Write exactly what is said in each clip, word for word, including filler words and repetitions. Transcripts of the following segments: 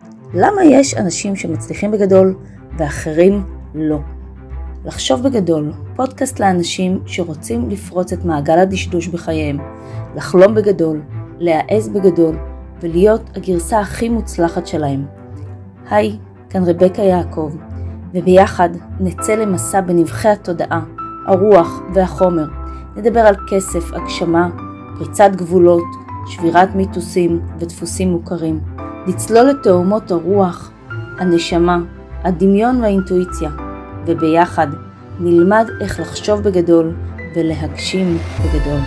למה יש אנשים שמצליחים בגדול ואחרים לא? לחשוב בגדול, פודקאסט לאנשים שרוצים לפרוץ את מעגל הדשדוש בחייהם, לחלום בגדול, להעז בגדול ולהיות הגרסה הכי מוצלחת שלהם. היי, כאן רבקה יעקב, וביחד נצא למסע בנבחי התודעה, הרוח והחומר. נדבר על כסף, הגשמה, פריצת גבולות, שבירת מיתוסים ודפוסים מוכרים. נצלול לתאומות הרוח, הנשמה, הדמיון והאינטואיציה, וביחד נלמד איך לחשוב בגדול ולהגשים בגדול.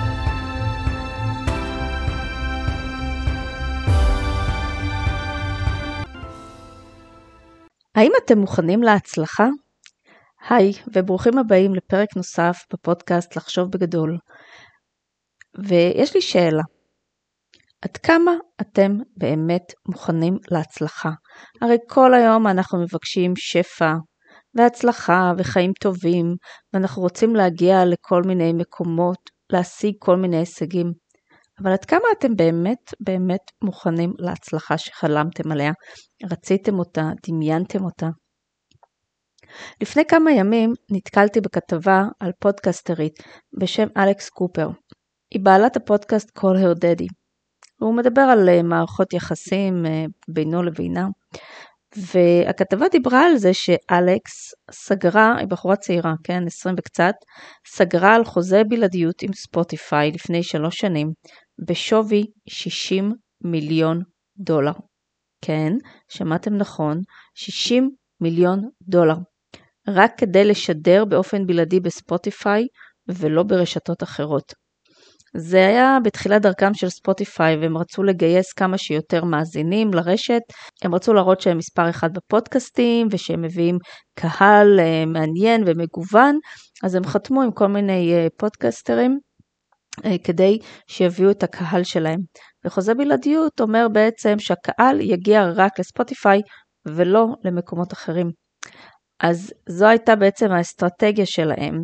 האם אתם מוכנים להצלחה? היי, וברוכים הבאים לפרק נוסף בפודקאסט לחשוב בגדול. ויש לי שאלה. עד כמה אתם באמת מוכנים להצלחה? הרי כל היום אנחנו מבקשים שפע והצלחה וחיים טובים, ואנחנו רוצים להגיע לכל מיני מקומות, להשיג כל מיני הישגים. אבל עד כמה אתם באמת באמת מוכנים להצלחה שחלמתם עליה? רציתם אותה, דמיינתם אותה? לפני כמה ימים נתקלתי בכתבה על פודקאסטרית בשם אלכס קופר. היא בעלת הפודקאסט Call Her Daddy. והוא מדבר על מערכות יחסים בינו לבינה. והכתבה דיברה על זה שאלכס סגרה, היא בחורה צעירה, כן, עשרים וקצת, סגרה על חוזה בלעדיות עם ספוטיפיי לפני שלוש שנים, בשווי שישים מיליון דולר. כן, שמעתם נכון, שישים מיליון דולר. רק כדי לשדר באופן בלעדי בספוטיפיי ולא ברשתות אחרות. זה היה בתחילת דרכם של ספוטיפיי, והם רצו לגייס כמה שיותר מאזינים לרשת. הם רצו להראות שהם מספר אחד בפודקאסטים, ושהם מביאים קהל מעניין ומגוון. אז הם חתמו עם כל מיני פודקאסטרים, כדי שיביאו את הקהל שלהם. וחוזה בלעדיות אומר בעצם שהקהל יגיע רק לספוטיפיי, ולא למקומות אחרים. אז זו הייתה בעצם האסטרטגיה שלהם,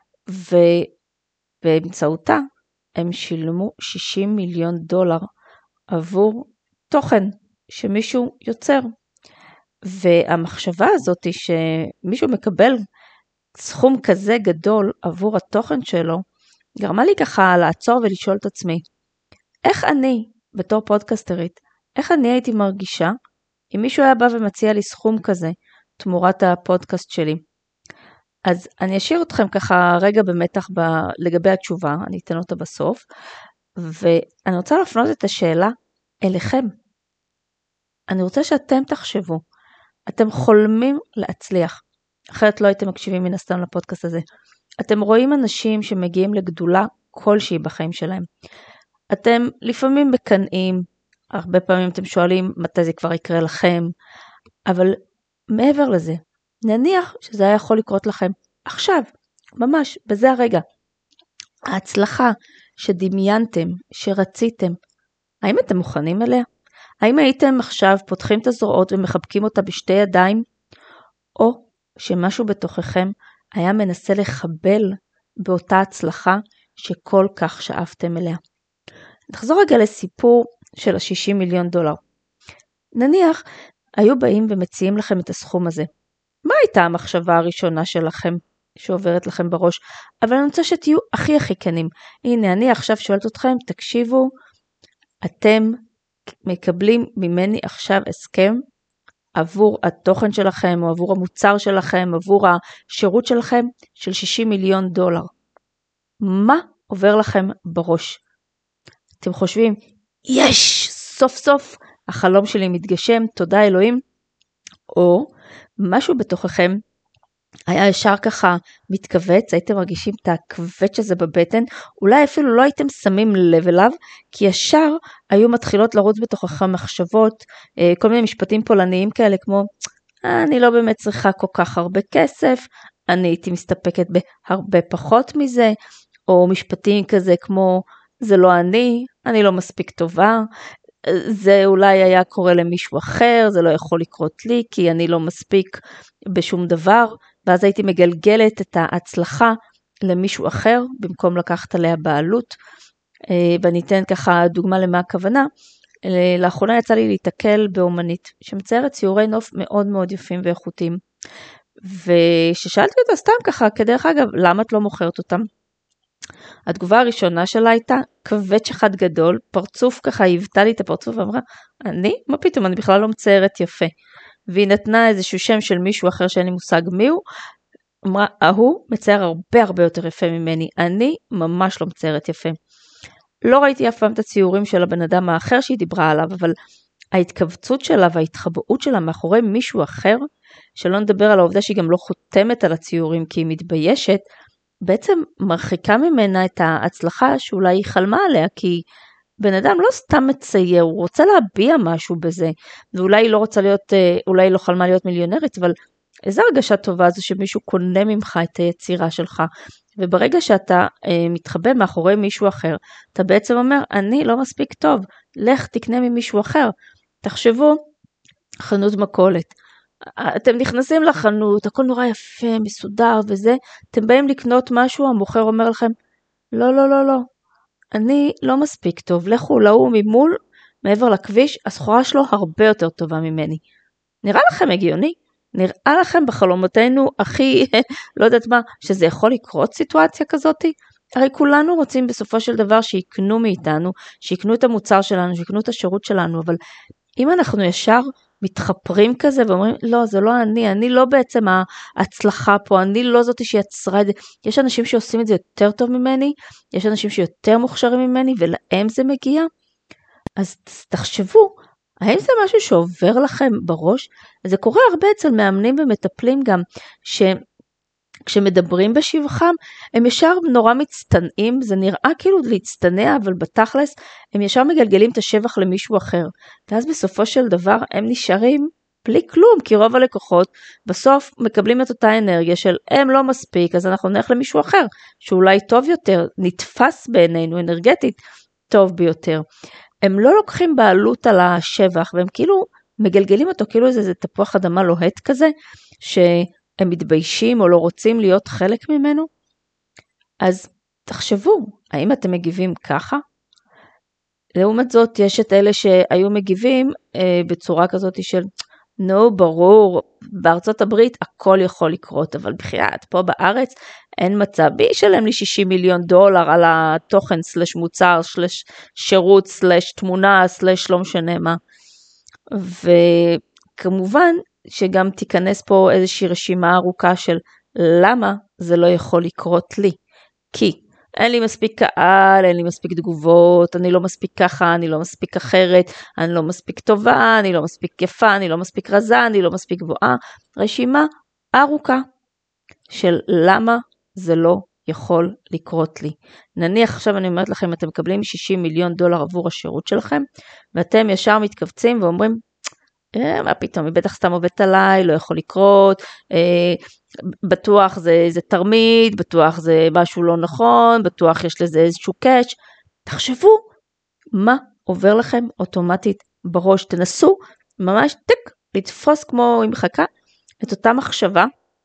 ובאמצעותה, הם שילמו שישים מיליון דולר עבור תוכן שמישהו יוצר. והמחשבה הזאת היא שמישהו מקבל סכום כזה גדול עבור התוכן שלו, גרמה לי ככה לעצור ולשאול את עצמי, איך אני, בתור פודקאסטרית, איך אני הייתי מרגישה אם מישהו היה בא ומציע לי סכום כזה תמורת הפודקאסט שלי? אז אני אשאיר אתכם ככה רגע במתח ב... לגבי התשובה, אני אתן אותה בסוף, ואני רוצה להפנות את השאלה אליכם. אני רוצה שאתם תחשבו, אתם חולמים להצליח, אחרת לא הייתם מקשיבים מן הסתם לפודקאסט הזה. אתם רואים אנשים שמגיעים לגדולה כלשהי בחיים שלהם. אתם לפעמים מקנאים, הרבה פעמים אתם שואלים מתי זה כבר יקרה לכם, אבל מעבר לזה, נניח שזה היה יכול לקרות לכם עכשיו, ממש, בזה הרגע. ההצלחה שדמיינתם, שרציתם, האם אתם מוכנים אליה? האם הייתם עכשיו פותחים את הזרועות ומחבקים אותה בשתי ידיים? או שמשהו בתוככם היה מנסה לחבל באותה הצלחה שכל כך שאפתם אליה? נחזור רגע לסיפור של ה-שישים מיליון דולר. נניח, היו באים ומציעים לכם את הסכום הזה. מה הייתה המחשבה הראשונה שלכם שעוברת לכם בראש? אבל אני רוצה שתהיו הכי הכי כנים. הנה, אני עכשיו שואלת אתכם, תקשיבו, אתם מקבלים ממני עכשיו הסכם עבור התוכן שלכם, או עבור המוצר שלכם, עבור השירות שלכם, של שישים מיליון דולר. מה עובר לכם בראש? אתם חושבים, יש, סוף סוף, החלום שלי מתגשם, תודה אלוהים, או משהו בתוככם היה ישר ככה מתכווץ, הייתם מרגישים את הכווץ הזה בבטן, אולי אפילו לא הייתם שמים לב אליו, כי ישר היו מתחילות לרוץ בתוככם מחשבות, כל מיני משפטים פולניים כאלה, כמו, אני לא באמת צריכה כל כך הרבה כסף, אני הייתי מסתפקת בהרבה פחות מזה, או משפטים כזה כמו, זה לא אני, אני לא מספיק טובה, זה אולי היה קורה למישהו אחר, זה לא יכול לקרות לי, כי אני לא מספיק בשום דבר, ואז הייתי מגלגלת את ההצלחה למישהו אחר, במקום לקחת עליה בעלות, ואני אתן ככה דוגמה למה הכוונה, לאחרונה יצא לי להתקל באומנית, שמציירת ציורי נוף מאוד מאוד יפים ואיכותיים, וששאלתי אותה סתם ככה, כדרך אגב, למה את לא מוכרת אותם? התגובה הראשונה שלה הייתה, קווץ' אחד גדול, פרצוף ככה, היא היוותה לי את הפרצוף, ואמרה, אני? מה פתאום, אני בכלל לא מציירת יפה. והיא נתנה איזשהו שם של מישהו אחר שאין לי מושג מי הוא, אמרה, ההוא מצייר הרבה הרבה יותר יפה ממני, אני ממש לא מציירת יפה. לא ראיתי אף פעם את הציורים של הבן אדם האחר שהיא דיברה עליו, אבל ההתכווצות שלה וההתחבאות שלה מאחורי מישהו אחר, שלא נדבר על העובדה שהיא גם לא חותמת על הציורים כי היא מתביישת, בעצם מרחיקה ממנה את ההצלחה שאולי היא חלמה עליה, כי בן אדם לא סתם מצייר, הוא רוצה להביע משהו בזה, ואולי היא לא רוצה להיות, אולי היא לא חלמה להיות מיליונרית, אבל איזו הרגשה טובה זו שמישהו קונה ממך את היצירה שלך, וברגע שאתה אה, מתחבא מאחורי מישהו אחר, אתה בעצם אומר, אני לא מספיק טוב, לך תקנה ממישהו אחר. תחשבו, חנות מכולת, אתם נכנסים לחנות, הכל נורא יפה, מסודר וזה, אתם באים לקנות משהו, המוכר אומר לכם, לא, לא, לא, לא, אני לא מספיק טוב, לכו להוא ממול, מעבר לכביש, הסחורה שלו הרבה יותר טובה ממני. נראה לכם הגיוני? נראה לכם בחלומותינו הכי, לא יודעת מה, שזה יכול לקרות סיטואציה כזאת? הרי כולנו רוצים בסופו של דבר שיקנו מאיתנו, שיקנו את המוצר שלנו, שיקנו את השירות שלנו, אבל אם אנחנו ישר מתחפרים כזה ואומרים, לא, זה לא אני, אני לא בעצם ההצלחה פה, אני לא זאת שיצרה את זה, יש אנשים שעושים את זה יותר טוב ממני, יש אנשים שיותר מוכשרים ממני, ולהם זה מגיע, אז תחשבו, האם זה משהו שעובר לכם בראש? זה קורה הרבה אצל מאמנים ומטפלים גם, שכשמדברים בשבחם, הם ישר נורא מצטנעים, זה נראה כאילו להצטנע, אבל בתכלס, הם ישר מגלגלים את השבח למישהו אחר. ואז בסופו של דבר, הם נשארים בלי כלום, כי רוב הלקוחות בסוף מקבלים את אותה אנרגיה של הם לא מספיק, אז אנחנו נלך למישהו אחר, שאולי טוב יותר, נתפס בעינינו אנרגטית, טוב ביותר. הם לא לוקחים בעלות על השבח, והם כאילו מגלגלים אותו, כאילו איזה, איזה תפוח אדמה לוהט כזה, שהם מתביישים או לא רוצים להיות חלק ממנו. אז תחשבו, האם אתם מגיבים ככה? לעומת זאת, יש את אלה שהיו מגיבים אה, בצורה כזאת של, נו, ברור, בארצות הברית הכל יכול לקרות, אבל בחיית, פה בארץ אין מצב, בי ישלם לי שישים מיליון דולר על התוכן סלש מוצר, סלש שירות, סלש תמונה, סלש לא משנה מה. וכמובן שגם תיכנס פה איזושהי רשימה ארוכה של למה זה לא יכול לקרות לי. כי אין לי מספיק קהל, אין לי מספיק תגובות, אני לא מספיק ככה, אני לא מספיק אחרת, אני לא מספיק טובה, אני לא מספיק יפה, אני לא מספיק רזה, אני לא מספיק גבוהה. רשימה ארוכה של למה זה לא יכול לקרות לי. נניח עכשיו אני אומרת לכם, אתם מקבלים שישים מיליון דולר עבור השירות שלכם, ואתם ישר מתכווצים ואומרים, אה, מה פתאום, היא בטח סתם עובדת עליי, לא יכול לקרות, אה, בטוח זה, זה תרמית, בטוח זה משהו לא נכון, בטוח יש לזה איזשהו קאץ'. תחשבו מה עובר לכם אוטומטית בראש, תנסו ממש טק, לתפוס כמו עם חכה, את אותה מחשבה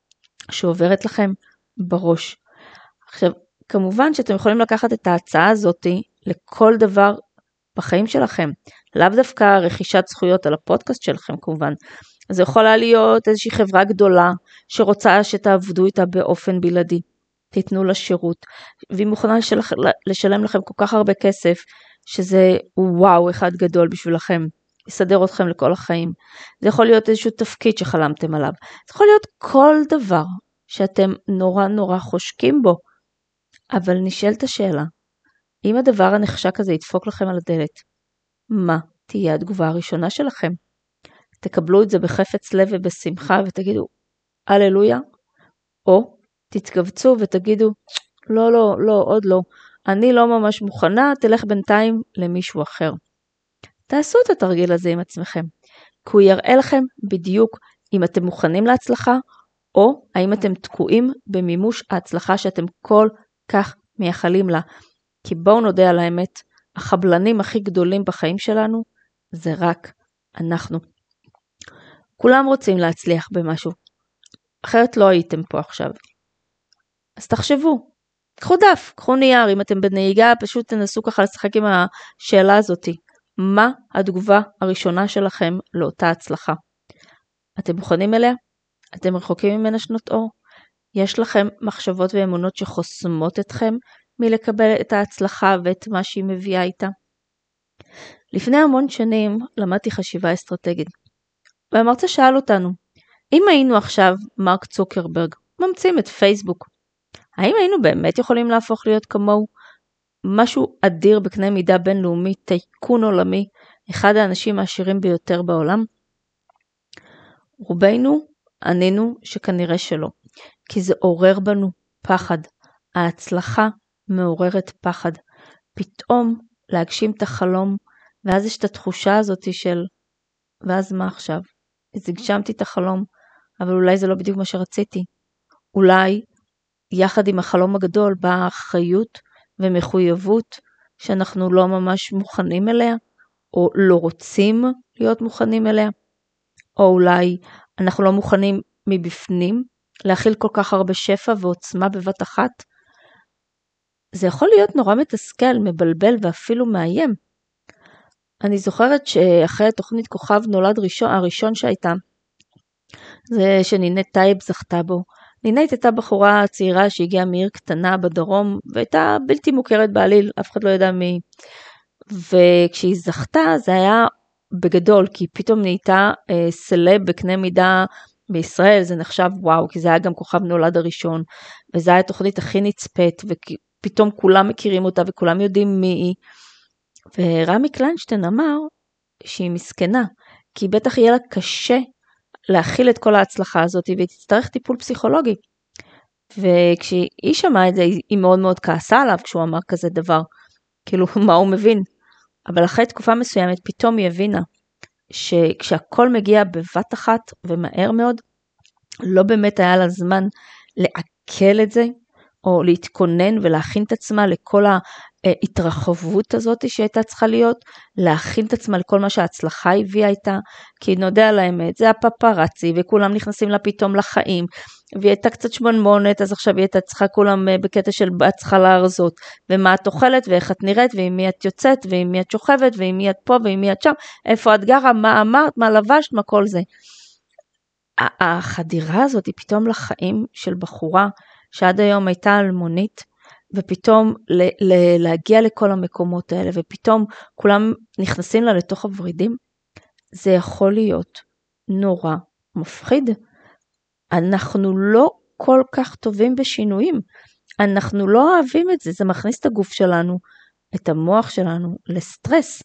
שעוברת לכם בראש. עכשיו, כמובן שאתם יכולים לקחת את ההצעה הזאת לכל דבר בחיים שלכם, לאו דווקא רכישת זכויות על הפודקאסט שלכם כמובן, זה יכולה להיות איזושהי חברה גדולה שרוצה שתעבדו איתה באופן בלעדי, תיתנו לה שירות, והיא מוכנה לשלח, לשלם לכם כל כך הרבה כסף, שזה וואו אחד גדול בשבילכם, יסדר אתכם לכל החיים. זה יכול להיות איזשהו תפקיד שחלמתם עליו, זה יכול להיות כל דבר שאתם נורא נורא חושקים בו, אבל נשאלת השאלה, אם הדבר הנחשק הזה ידפוק לכם על הדלת, מה תהיה התגובה הראשונה שלכם? תקבלו את זה בחפץ לב ובשמחה ותגידו, הללויה, או תתכווצו ותגידו, לא, לא, לא, עוד לא, אני לא ממש מוכנה, תלך בינתיים למישהו אחר. תעשו את התרגיל הזה עם עצמכם, כי הוא יראה לכם בדיוק אם אתם מוכנים להצלחה, או האם אתם תקועים במימוש ההצלחה שאתם כל כך מייחלים לה. כי בואו נודה על האמת, החבלנים הכי גדולים בחיים שלנו, זה רק אנחנו. כולם רוצים להצליח במשהו, אחרת לא הייתם פה עכשיו. אז תחשבו, קחו דף, קחו נייר, אם אתם בנהיגה, פשוט תנסו ככה לשחק עם השאלה הזאת. מה התגובה הראשונה שלכם לאותה הצלחה? אתם מוכנים אליה? אתם רחוקים ממנה שנות אור? יש לכם מחשבות ואמונות שחוסמות אתכם מלקבל את ההצלחה ואת מה שהיא מביאה איתה? לפני המון שנים למדתי חשיבה אסטרטגית, והמרצה שאל אותנו, אם היינו עכשיו מרק צוקרברג, ממציאים את פייסבוק, האם היינו באמת יכולים להפוך להיות כמוהו? משהו אדיר בקנה מידה בינלאומי, טייקון עולמי, אחד האנשים העשירים ביותר בעולם? רובנו ענינו שכנראה שלא, כי זה עורר בנו פחד. ההצלחה מעוררת פחד. פתאום להגשים את החלום, ואז יש את התחושה הזאת של, ואז מה עכשיו? אז הגשמתי את החלום, אבל אולי זה לא בדיוק מה שרציתי. אולי יחד עם החלום הגדול באה אחריות ומחויבות שאנחנו לא ממש מוכנים אליה, או לא רוצים להיות מוכנים אליה, או אולי אנחנו לא מוכנים מבפנים להכיל כל כך הרבה שפע ועוצמה בבת אחת. זה יכול להיות נורא מתסכל, מבלבל ואפילו מאיים. אני זוכרת שאחרי התוכנית כוכב נולד ראשון, הראשון שהייתה, זה שנינת טייב זכתה בו. נינת הייתה בחורה צעירה שהגיעה מעיר קטנה בדרום, והייתה בלתי מוכרת בעליל, אף אחד לא ידע מי. וכשהיא זכתה זה היה בגדול, כי פתאום נהייתה אה, סלב בקנה מידה בישראל, זה נחשב וואו, כי זה היה גם כוכב נולד הראשון, וזה היה התוכנית הכי נצפית, ופתאום כולם מכירים אותה וכולם יודעים מי היא. ורמי קליינשטיין אמר שהיא מסכנה, כי בטח יהיה לה קשה להכיל את כל ההצלחה הזאת, והיא תצטרך טיפול פסיכולוגי. וכשהיא שמעה את זה, היא מאוד מאוד כעסה עליו, כשהוא אמר כזה דבר, כאילו מה הוא מבין. אבל אחרי תקופה מסוימת, פתאום היא הבינה, שכשהכל מגיע בבת אחת ומהר מאוד, לא באמת היה לה זמן לעכל את זה, או להתכונן ולהכין את עצמה לכל ההתרחבות הזאת שהייתה צריכה להיות, להכין את עצמה לכל מה שההצלחה הביאה איתה, כי נודע להם את זה הפפרצי, וכולם נכנסים לה פתאום לחיים, והיא הייתה קצת שמנמונת, אז עכשיו היא הייתה צריכה כולם בקטע של בת צריכה להרזות, ומה את אוכלת, ואיך את נראית, ועם מי את יוצאת, ועם מי את שוכבת, ועם מי את פה, ועם מי את שם, איפה את גרה, מה אמרת, מה לבשת, מה כל זה. החדירה הזאת היא פתאום לחיים של בחורה, שעד היום הייתה אלמונית, ופתאום ל- ל- להגיע לכל המקומות האלה, ופתאום כולם נכנסים לה לתוך הורידים, זה יכול להיות נורא מפחיד. אנחנו לא כל כך טובים בשינויים, אנחנו לא אוהבים את זה, זה מכניס את הגוף שלנו, את המוח שלנו, לסטרס.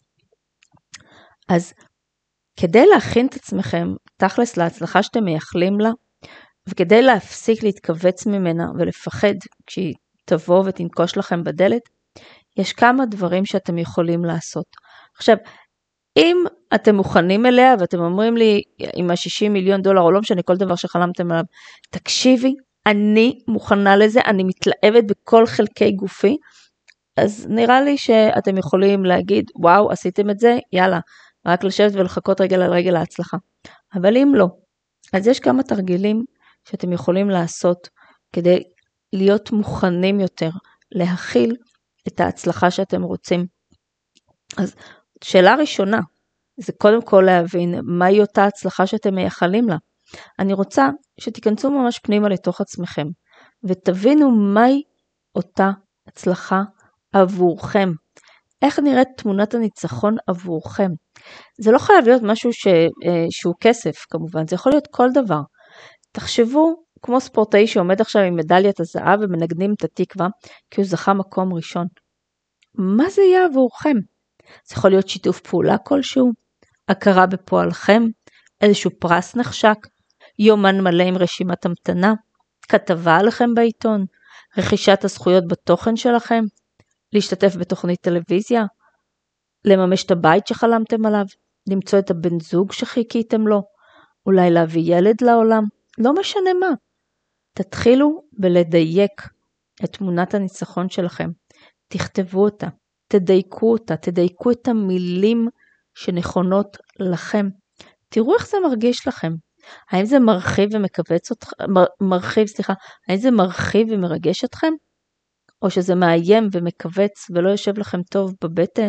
אז כדי להכין את עצמכם, תכלס להצלחה שאתם מייחלים לה, וכדי להפסיק להתכווץ ממנה ולפחד כשהיא תבוא ותנקוש לכם בדלת, יש כמה דברים שאתם יכולים לעשות. עכשיו, אם אתם מוכנים אליה ואתם אומרים לי עם ה-שישים מיליון דולר או לא משנה כל דבר שחלמתם עליו, תקשיבי, אני מוכנה לזה, אני מתלהבת בכל חלקי גופי, אז נראה לי שאתם יכולים להגיד, וואו, עשיתם את זה, יאללה, רק לשבת ולחכות רגל על רגל להצלחה. אבל אם לא, אז יש כמה תרגילים שאתם יכולים לעשות כדי להיות מוכנים יותר, להכיל את ההצלחה שאתם רוצים. אז שאלה ראשונה, זה קודם כל להבין מהי אותה הצלחה שאתם מייחלים לה. אני רוצה שתיכנסו ממש פנימה לתוך עצמכם, ותבינו מהי אותה הצלחה עבורכם. איך נראית תמונת הניצחון עבורכם? זה לא חייב להיות משהו ש, שהוא כסף כמובן, זה יכול להיות כל דבר. תחשבו כמו ספורטאי שעומד עכשיו עם מדליית הזהב ומנגנים את התקווה, כי הוא זכה מקום ראשון. מה זה יהיה עבורכם? זה יכול להיות שיתוף פעולה כלשהו, הכרה בפועלכם, איזשהו פרס נחשק, יומן מלא עם רשימת המתנה, כתבה עליכם בעיתון, רכישת הזכויות בתוכן שלכם, להשתתף בתוכנית טלוויזיה, לממש את הבית שחלמתם עליו, למצוא את הבן זוג שחיכיתם לו, אולי להביא ילד לעולם, לא משנה מה. תתחילו בלדייק את תמונת הניצחון שלכם, תכתבו אותה, תדייקו אותה, תדייקו את המילים שנכונות לכם. תראו איך זה מרגיש לכם. האם זה מרחיב ומקבץ אתכם, מרחיב, סליחה, האם זה מרחיב ומרגש אתכם? או שזה מאיים ומקבץ ולא יושב לכם טוב בבטן,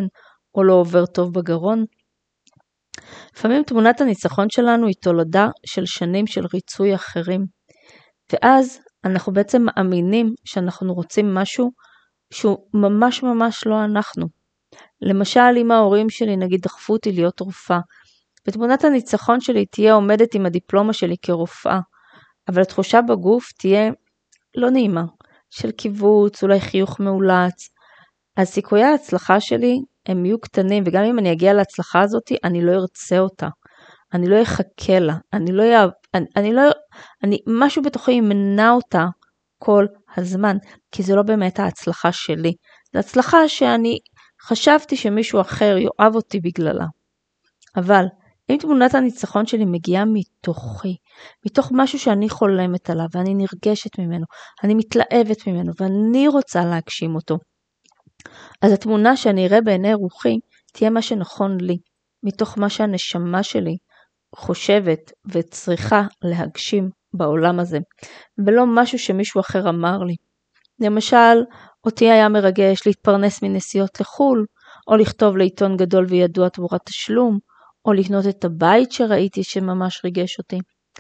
או לא עובר טוב בגרון. לפעמים תמונת הניצחון שלנו היא תולדה של שנים של ריצוי אחרים, ואז אנחנו בעצם מאמינים שאנחנו רוצים משהו שהוא ממש ממש לא אנחנו. למשל, אם ההורים שלי נגיד דחפו אותי להיות רופאה, ותמונת הניצחון שלי תהיה עומדת עם הדיפלומה שלי כרופאה, אבל התחושה בגוף תהיה לא נעימה, של קיבוץ, אולי חיוך מאולץ, אז סיכויי ההצלחה שלי הם יהיו קטנים, וגם אם אני אגיע להצלחה הזאת, אני לא ארצה אותה, אני לא אחכה לה, אני לא יאהב, אני, אני לא, אני, משהו בתוכי ימנע אותה כל הזמן, כי זה לא באמת ההצלחה שלי, זו הצלחה שאני חשבתי שמישהו אחר יאהב אותי בגללה. אבל אם תמונת הניצחון שלי מגיעה מתוכי, מתוך משהו שאני חולמת עליו, ואני נרגשת ממנו, אני מתלהבת ממנו, ואני רוצה להגשים אותו, אז התמונה שאני אראה בעיני רוחי, תהיה מה שנכון לי, מתוך מה שהנשמה שלי חושבת וצריכה להגשים בעולם הזה, ולא משהו שמישהו אחר אמר לי. למשל, אותי היה מרגש להתפרנס מנסיעות לחול, או לכתוב לעיתון גדול וידוע תמורת תשלום, או לקנות את הבית שראיתי שממש ריגש אותי.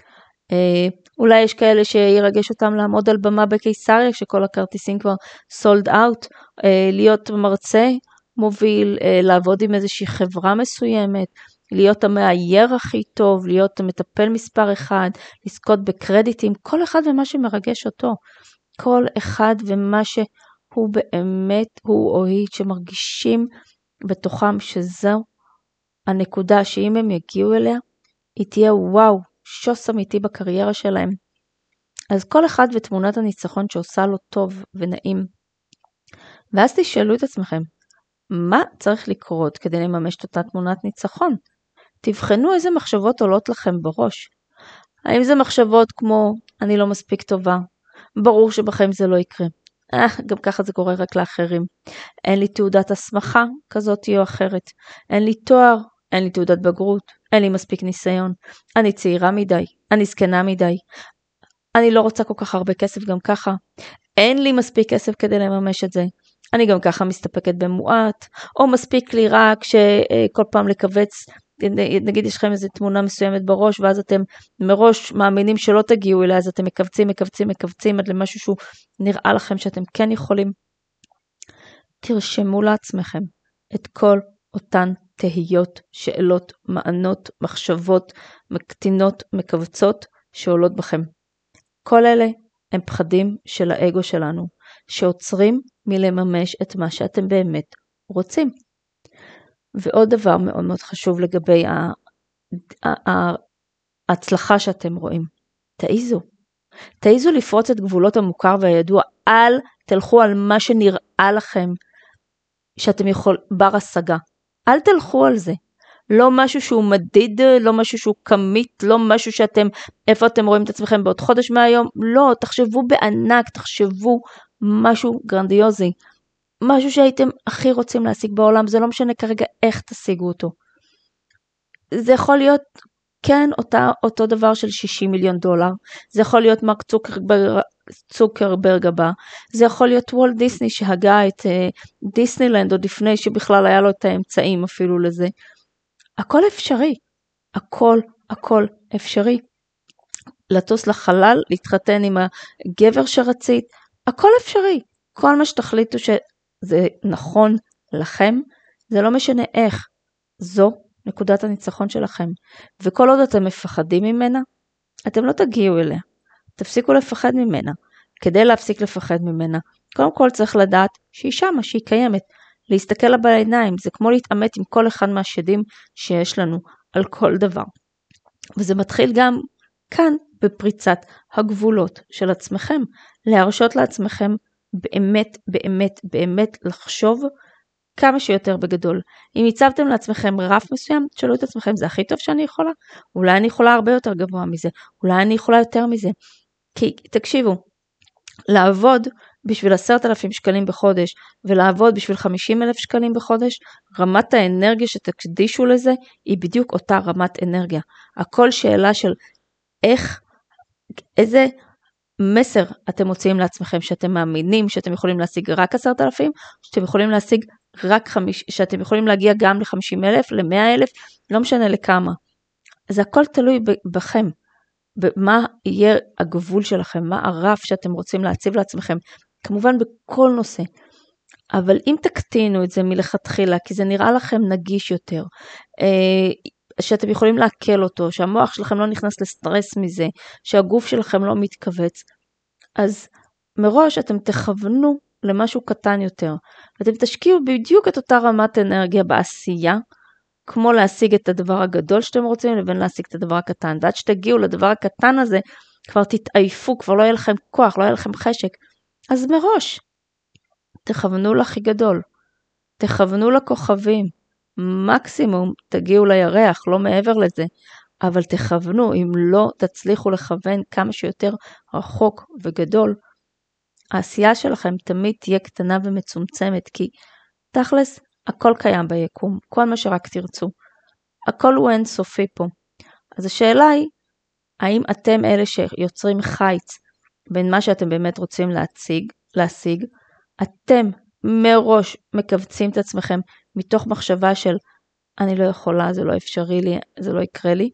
אה, אולי יש כאלה שירגש אותם לעמוד על במה בקיסריה, שכל הכרטיסים כבר sold out, אה, להיות מרצה מוביל, אה, לעבוד עם איזושהי חברה מסוימת, להיות המאייר הכי טוב, להיות המטפל מספר אחד, לזכות בקרדיטים, כל אחד ומה שמרגש אותו, כל אחד ומה שהוא באמת, הוא או היא שמרגישים בתוכם שזו הנקודה שאם הם יגיעו אליה, היא תהיה וואו, שוס אמיתי בקריירה שלהם. אז כל אחד ותמונת הניצחון שעושה לו טוב ונעים. ואז תשאלו את עצמכם, מה צריך לקרות כדי לממש את אותה תמונת ניצחון? תבחנו איזה מחשבות עולות לכם בראש. האם זה מחשבות כמו, אני לא מספיק טובה, ברור שבחיים זה לא יקרה. אה, גם ככה זה קורה רק לאחרים. אין לי תעודת הסמכה כזאת או אחרת. אין לי תואר, אין לי תעודת בגרות, אין לי מספיק ניסיון. אני צעירה מדי, אני זקנה מדי. אני לא רוצה כל כך הרבה כסף גם ככה. אין לי מספיק כסף כדי לממש את זה. אני גם ככה מסתפקת במועט, או מספיק לי רק שכל פעם לקבץ, נגיד יש לכם איזו תמונה מסוימת בראש, ואז אתם מראש מאמינים שלא תגיעו אליה, אז אתם מקבצים, מקבצים, מקבצים, עד למשהו שהוא נראה לכם שאתם כן יכולים. תרשמו לעצמכם את כל אותן תהיות, שאלות, מענות, מחשבות, מקטינות, מקבצות, שעולות בכם. כל אלה הם פחדים של האגו שלנו, שעוצרים מלממש את מה שאתם באמת רוצים. ועוד דבר מאוד מאוד חשוב לגבי ההצלחה שאתם רואים. תעיזו. תעיזו לפרוץ את גבולות המוכר והידוע. אל תלכו על מה שנראה לכם שאתם יכול, בר השגה. אל תלכו על זה. לא משהו שהוא מדיד, לא משהו שהוא כמית, לא משהו שאתם, איפה אתם רואים את עצמכם בעוד חודש מהיום. לא, תחשבו בענק, תחשבו משהו גרנדיוזי. משהו שהייתם הכי רוצים להשיג בעולם, זה לא משנה כרגע איך תשיגו אותו. זה יכול להיות, כן, אותה, אותו דבר של שישים מיליון דולר, זה יכול להיות מרק צוקרברג, צוקרברג הבא, זה יכול להיות וולט דיסני שהגה את uh, דיסנילנד עוד לפני שבכלל היה לו את האמצעים אפילו לזה. הכל אפשרי, הכל, הכל אפשרי. לטוס לחלל, להתחתן עם הגבר שרצית, הכל אפשרי. כל מה שתחליטו שזה נכון לכם, זה לא משנה איך, זו נקודת הניצחון שלכם. וכל עוד אתם מפחדים ממנה, אתם לא תגיעו אליה. תפסיקו לפחד ממנה. כדי להפסיק לפחד ממנה, קודם כל צריך לדעת שהיא שמה, שהיא קיימת. להסתכל לה בעיניים, זה כמו להתעמת עם כל אחד מהשדים שיש לנו על כל דבר. וזה מתחיל גם כאן בפריצת הגבולות של עצמכם. להרשות לעצמכם באמת, באמת, באמת לחשוב כמה שיותר בגדול. אם הצבתם לעצמכם רף מסוים, תשאלו את עצמכם, זה הכי טוב שאני יכולה? אולי אני יכולה הרבה יותר גבוה מזה, אולי אני יכולה יותר מזה. כי תקשיבו, לעבוד בשביל עשרת אלפים שקלים בחודש, ולעבוד בשביל חמישים אלף שקלים בחודש, רמת האנרגיה שתקדישו לזה, היא בדיוק אותה רמת אנרגיה. הכל שאלה של איך, איזה מסר אתם מוציאים לעצמכם, שאתם מאמינים שאתם יכולים להשיג רק עשרת אלפים, שאתם יכולים להשיג רק חמיש, שאתם יכולים להגיע גם ל-חמישים אלף, ל-מאה אלף, לא משנה לכמה. אז הכל תלוי בכם, במה יהיה הגבול שלכם, מה הרף שאתם רוצים להציב לעצמכם, כמובן בכל נושא. אבל אם תקטינו את זה מלכתחילה, כי זה נראה לכם נגיש יותר, שאתם יכולים להקל אותו, שהמוח שלכם לא נכנס לסטרס מזה, שהגוף שלכם לא מתכווץ, אז מראש אתם תכוונו למשהו קטן יותר, ואתם תשקיעו בדיוק את אותה רמת אנרגיה בעשייה, כמו להשיג את הדבר הגדול שאתם רוצים, לבין להשיג את הדבר הקטן, ועד שתגיעו לדבר הקטן הזה, כבר תתעייפו, כבר לא יהיה לכם כוח, לא יהיה לכם חשק, אז מראש, תכוונו לכי גדול, תכוונו לכוכבים, מקסימום תגיעו לירח, לא מעבר לזה, אבל תכוונו, אם לא תצליחו לכוון כמה שיותר רחוק וגדול, העשייה שלכם תמיד תהיה קטנה ומצומצמת, כי תכלס הכל קיים ביקום, כל מה שרק תרצו, הכל הוא אינסופי פה. אז השאלה היא, האם אתם אלה שיוצרים חיץ בין מה שאתם באמת רוצים להציג, להשיג, אתם מראש מקבצים את עצמכם מתוך מחשבה של אני לא יכולה, זה לא אפשרי לי, זה לא יקרה לי,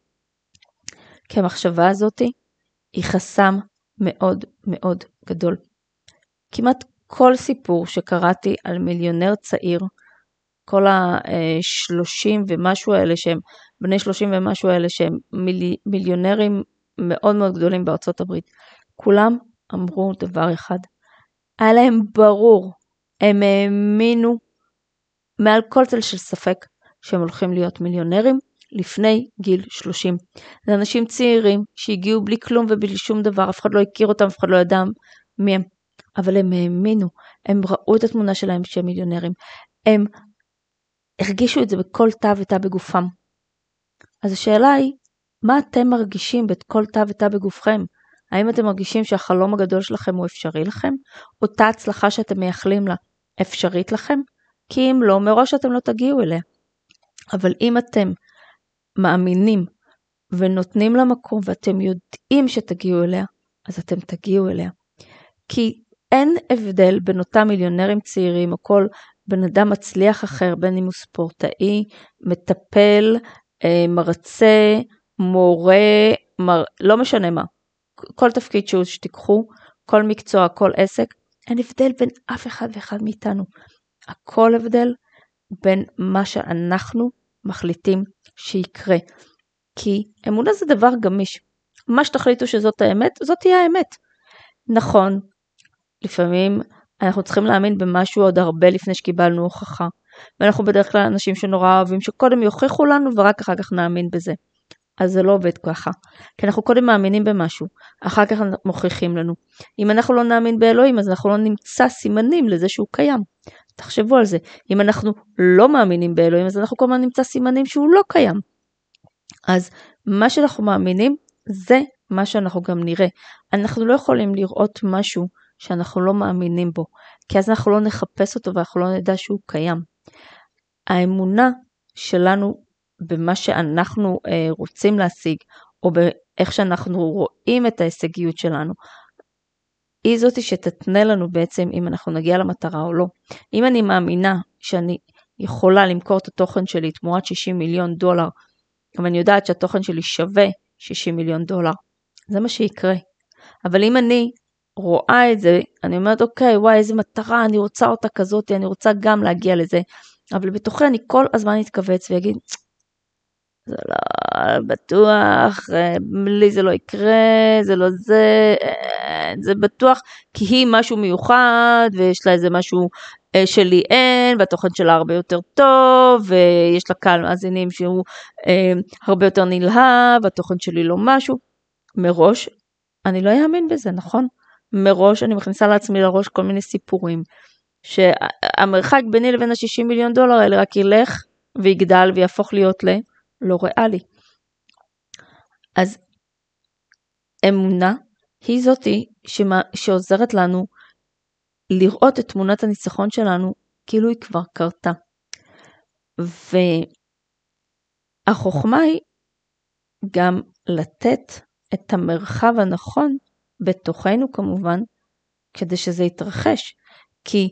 כי המחשבה הזאת היא חסם מאוד מאוד גדול. כמעט כל סיפור שקראתי על מיליונר צעיר, כל ה-שלושים ומשהו האלה שהם, בני שלושים ומשהו האלה שהם מילי, מיליונרים מאוד מאוד גדולים בארצות הברית, כולם אמרו דבר אחד, היה להם ברור, הם האמינו מעל כל צל של ספק שהם הולכים להיות מיליונרים לפני גיל שלושים. זה אנשים צעירים שהגיעו בלי כלום ובלי שום דבר, אף אחד לא הכיר אותם, אף אחד לא ידע מי הם, אבל הם האמינו, הם ראו את התמונה שלהם שהם מיליונרים, הם הרגישו את זה בכל תא ותא בגופם. אז השאלה היא, מה אתם מרגישים בכל תא ותא בגופכם? האם אתם מרגישים שהחלום הגדול שלכם הוא אפשרי לכם? אותה הצלחה שאתם מייחלים לה אפשרית לכם? כי אם לא, מראש אתם לא תגיעו אליה. אבל אם אתם מאמינים ונותנים לה מקום ואתם יודעים שתגיעו אליה, אז אתם תגיעו אליה. כי אין הבדל בין אותם מיליונרים צעירים או כל בן אדם מצליח אחר, בין אם הוא ספורטאי, מטפל, מרצה, מורה, מר... לא משנה מה. כל תפקיד שהוא שתיקחו, כל מקצוע, כל עסק, אין הבדל בין אף אחד ואחד מאיתנו. הכל הבדל בין מה שאנחנו מחליטים שיקרה. כי אמונה זה דבר גמיש. מה שתחליטו שזאת האמת, זאת תהיה האמת. נכון, לפעמים אנחנו צריכים להאמין במשהו עוד הרבה לפני שקיבלנו הוכחה. ואנחנו בדרך כלל אנשים שנורא אוהבים שקודם יוכיחו לנו ורק אחר כך נאמין בזה. אז זה לא עובד ככה. כי אנחנו קודם מאמינים במשהו, אחר כך מוכיחים לנו. אם אנחנו לא נאמין באלוהים, אז אנחנו לא נמצא סימנים לזה שהוא קיים. תחשבו על זה. אם אנחנו לא מאמינים באלוהים, אז אנחנו כל הזמן נמצא סימנים שהוא לא קיים. אז מה שאנחנו מאמינים, זה מה שאנחנו גם נראה. אנחנו לא יכולים לראות משהו שאנחנו לא מאמינים בו, כי אז אנחנו לא נחפש אותו ואנחנו לא נדע שהוא קיים. האמונה שלנו במה שאנחנו אה, רוצים להשיג, או באיך שאנחנו רואים את ההישגיות שלנו, היא זאת שתתנה לנו בעצם אם אנחנו נגיע למטרה או לא. אם אני מאמינה שאני יכולה למכור את התוכן שלי תמורת שישים מיליון דולר, אבל אני יודעת שהתוכן שלי שווה שישים מיליון דולר, זה מה שיקרה. אבל אם אני רואה את זה, אני אומרת, אוקיי, וואי, איזה מטרה, אני רוצה אותה כזאת, אני רוצה גם להגיע לזה, אבל בתוכי אני כל הזמן אתכווץ ויגיד, זה לא בטוח, לי זה לא יקרה, זה לא זה, זה בטוח, כי היא משהו מיוחד, ויש לה איזה משהו שלי אין, והתוכן שלה הרבה יותר טוב, ויש לה קהל מאזינים שהוא הרבה יותר נלהב, והתוכן שלי לא משהו, מראש, אני לא אאמין בזה, נכון? מראש אני מכניסה לעצמי לראש כל מיני סיפורים, שהמרחק ביני לבין ה-שישים מיליון דולר האלה רק ילך ויגדל ויהפוך להיות ללא ריאלי. אז אמונה היא זאתי שמה, שעוזרת לנו לראות את תמונת הניצחון שלנו כאילו היא כבר קרתה. והחוכמה היא גם לתת את המרחב הנכון בתוכנו כמובן, כדי שזה יתרחש. כי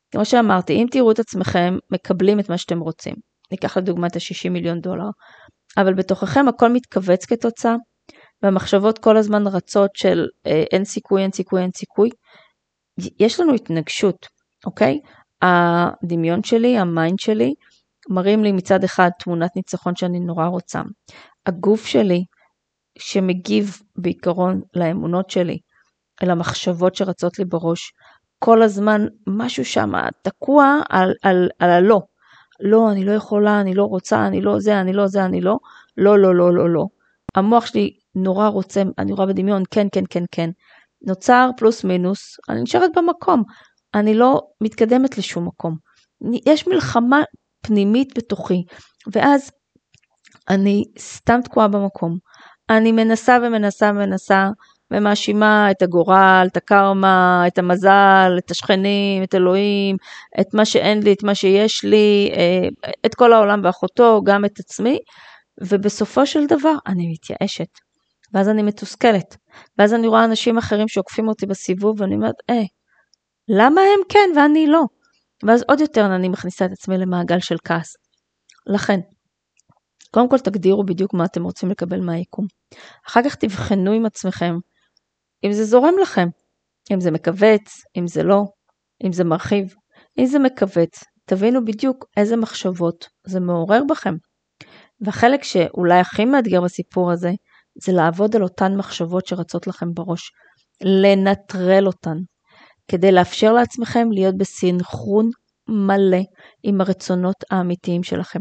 כמו שאמרתי, אם תראו את עצמכם, מקבלים את מה שאתם רוצים. ניקח לדוגמה את ה-שישים מיליון דולר, אבל בתוככם הכל מתכווץ כתוצאה, והמחשבות כל הזמן רצות של אה, אין סיכוי, אין סיכוי, אין סיכוי. יש לנו התנגשות, אוקיי? הדמיון שלי, המיינד שלי, מראים לי מצד אחד תמונת ניצחון שאני נורא רוצה. הגוף שלי, שמגיב בעיקרון לאמונות שלי, אל המחשבות שרצות לי בראש, כל הזמן משהו שם תקוע על, על, על הלא. לא, אני לא יכולה, אני לא רוצה, אני לא זה, אני לא זה, אני לא. לא, לא, לא, לא, לא. המוח שלי נורא רוצה, אני רואה בדמיון, כן, כן, כן, כן. נוצר פלוס מינוס, אני נשארת במקום. אני לא מתקדמת לשום מקום. יש מלחמה פנימית בתוכי, ואז אני סתם תקועה במקום. אני מנסה ומנסה ומנסה, ומאשימה את הגורל, את הקרמה, את המזל, את השכנים, את אלוהים, את מה שאין לי, את מה שיש לי, את כל העולם ואחותו, גם את עצמי, ובסופו של דבר אני מתייאשת, ואז אני מתוסכלת, ואז אני רואה אנשים אחרים שעוקפים אותי בסיבוב, ואני אומרת, אה, למה הם כן ואני לא? ואז עוד יותר אני מכניסה את עצמי למעגל של כעס. לכן, קודם כל תגדירו בדיוק מה אתם רוצים לקבל מהיקום. אחר כך תבחנו עם עצמכם, אם זה זורם לכם, אם זה מקווץ, אם זה לא, אם זה מרחיב. אם זה מקווץ, תבינו בדיוק איזה מחשבות זה מעורר בכם. והחלק שאולי הכי מאתגר בסיפור הזה, זה לעבוד על אותן מחשבות שרצות לכם בראש, לנטרל אותן, כדי לאפשר לעצמכם להיות בסינכרון מלא עם הרצונות האמיתיים שלכם.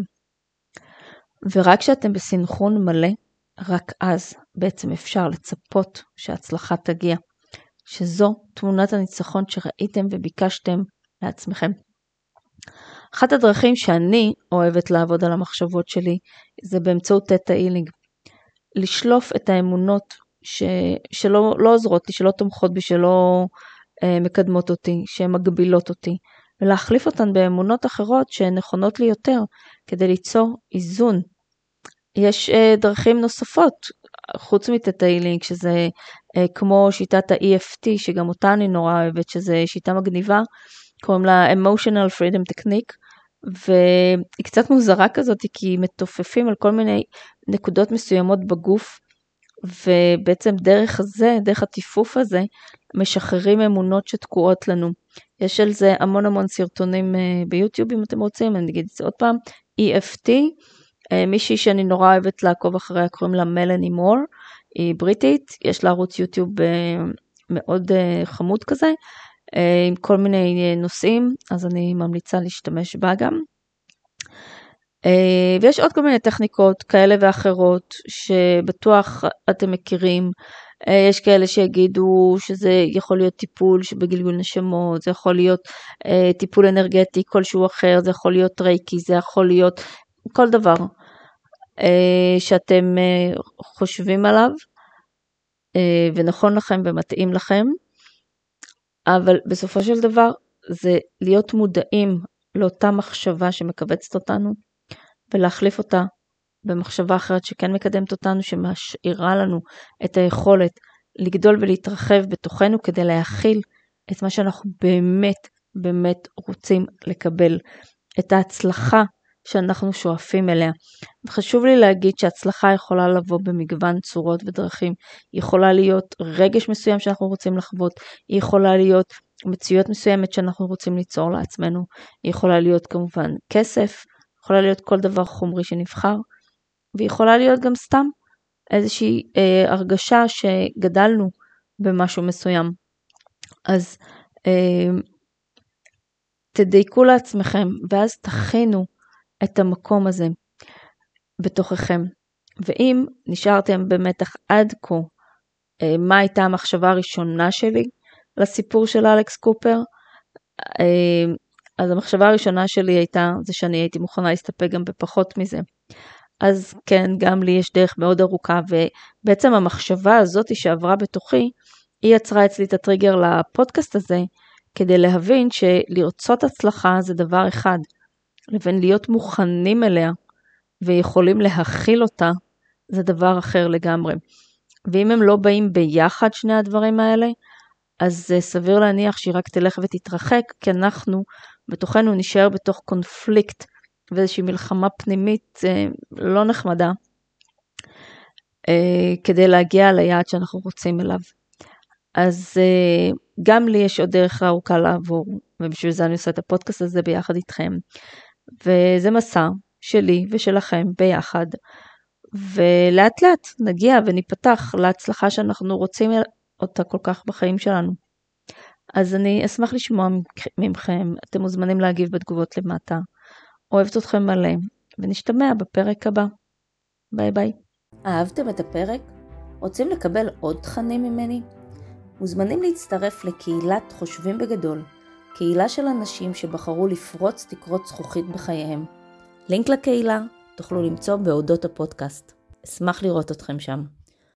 ורק כשאתם בסינכרון מלא, רק אז בעצם אפשר לצפות שההצלחה תגיע, שזו תמונת הניצחון שראיתם וביקשתם לעצמכם. אחת הדרכים שאני אוהבת לעבוד על המחשבות שלי, זה באמצעות תטא הילינג. לשלוף את האמונות ש... שלא לא עוזרות לי, שלא תומכות בי, שלא אה, מקדמות אותי, שהן מגבילות אותי, ולהחליף אותן באמונות אחרות שהן נכונות לי יותר, כדי ליצור איזון. יש אה, דרכים נוספות, חוץ מתטא הילינג, שזה אה, כמו שיטת ה-E F T, שגם אותה אני נורא אוהבת, שזה שיטה מגניבה, קוראים לה Emotional Freedom Technique, והיא קצת מוזרה כזאת, כי מתופפים על כל מיני נקודות מסוימות בגוף, ובעצם דרך הזה, דרך הטיפוף הזה, משחררים אמונות שתקועות לנו. יש על זה המון המון סרטונים ביוטיוב, אם אתם רוצים, אני אגיד את זה עוד פעם, E F T, מישהי שאני נורא אוהבת לעקוב אחריה, קוראים לה מלאני מור, היא בריטית, יש לה ערוץ יוטיוב מאוד חמוד כזה, עם כל מיני נושאים, אז אני ממליצה להשתמש בה גם. ויש עוד כל מיני טכניקות כאלה ואחרות, שבטוח אתם מכירים, יש כאלה שיגידו שזה יכול להיות טיפול בגלגול נשמות, זה יכול להיות טיפול אנרגטי כלשהו אחר, זה יכול להיות רייקי, זה יכול להיות כל דבר שאתם חושבים עליו, ונכון לכם ומתאים לכם, אבל בסופו של דבר זה להיות מודעים לאותה מחשבה שמקבצת אותנו, ולהחליף אותה במחשבה אחרת שכן מקדמת אותנו, שמשאירה לנו את היכולת לגדול ולהתרחב בתוכנו, כדי להכיל את מה שאנחנו באמת באמת רוצים לקבל, את ההצלחה שאנחנו שואפים אליה. וחשוב לי להגיד שהצלחה יכולה לבוא במגוון צורות ודרכים, היא יכולה להיות רגש מסוים שאנחנו רוצים לחוות, היא יכולה להיות מציאות מסוימת שאנחנו רוצים ליצור לעצמנו, היא יכולה להיות כמובן כסף, יכולה להיות כל דבר חומרי שנבחר, והיא יכולה להיות גם סתם איזושהי אה, הרגשה שגדלנו במשהו מסוים. אז אה, תדייקו לעצמכם, ואז תכינו את המקום הזה בתוככם. ואם נשארתם במתח עד כה, אה, מה הייתה המחשבה הראשונה שלי לסיפור של אלכס קופר? אה, אז המחשבה הראשונה שלי הייתה, זה שאני הייתי מוכנה להסתפק גם בפחות מזה. אז כן, גם לי יש דרך מאוד ארוכה, ובעצם המחשבה הזאת שעברה בתוכי, היא יצרה אצלי את הטריגר לפודקאסט הזה, כדי להבין שלרצות הצלחה זה דבר אחד, לבין להיות מוכנים אליה, ויכולים להכיל אותה, זה דבר אחר לגמרי. ואם הם לא באים ביחד שני הדברים האלה, אז סביר להניח שהיא רק תלך ותתרחק, כי אנחנו בתוכנו נשאר בתוך קונפליקט ואיזושהי מלחמה פנימית לא נחמדה, כדי להגיע ליעד שאנחנו רוצים אליו. אז גם לי יש עוד דרך ארוכה לעבור, ובשביל זה אני עושה את הפודקאסט הזה ביחד איתכם. וזה מסע שלי ושלכם ביחד, ולאט לאט נגיע וניפתח להצלחה שאנחנו רוצים אותה כל כך בחיים שלנו. אז אני אשמח לשמוע ממכם, אתם מוזמנים להגיב בתגובות למטה. אוהבת אתכם מלא, ונשתמע בפרק הבא. ביי ביי. אהבתם את הפרק? רוצים לקבל עוד תכנים ממני? מוזמנים להצטרף לקהילת חושבים בגדול, קהילה של אנשים שבחרו לפרוץ תקרות זכוכית בחייהם. לינק לקהילה תוכלו למצוא בהודות הפודקאסט. אשמח לראות אתכם שם.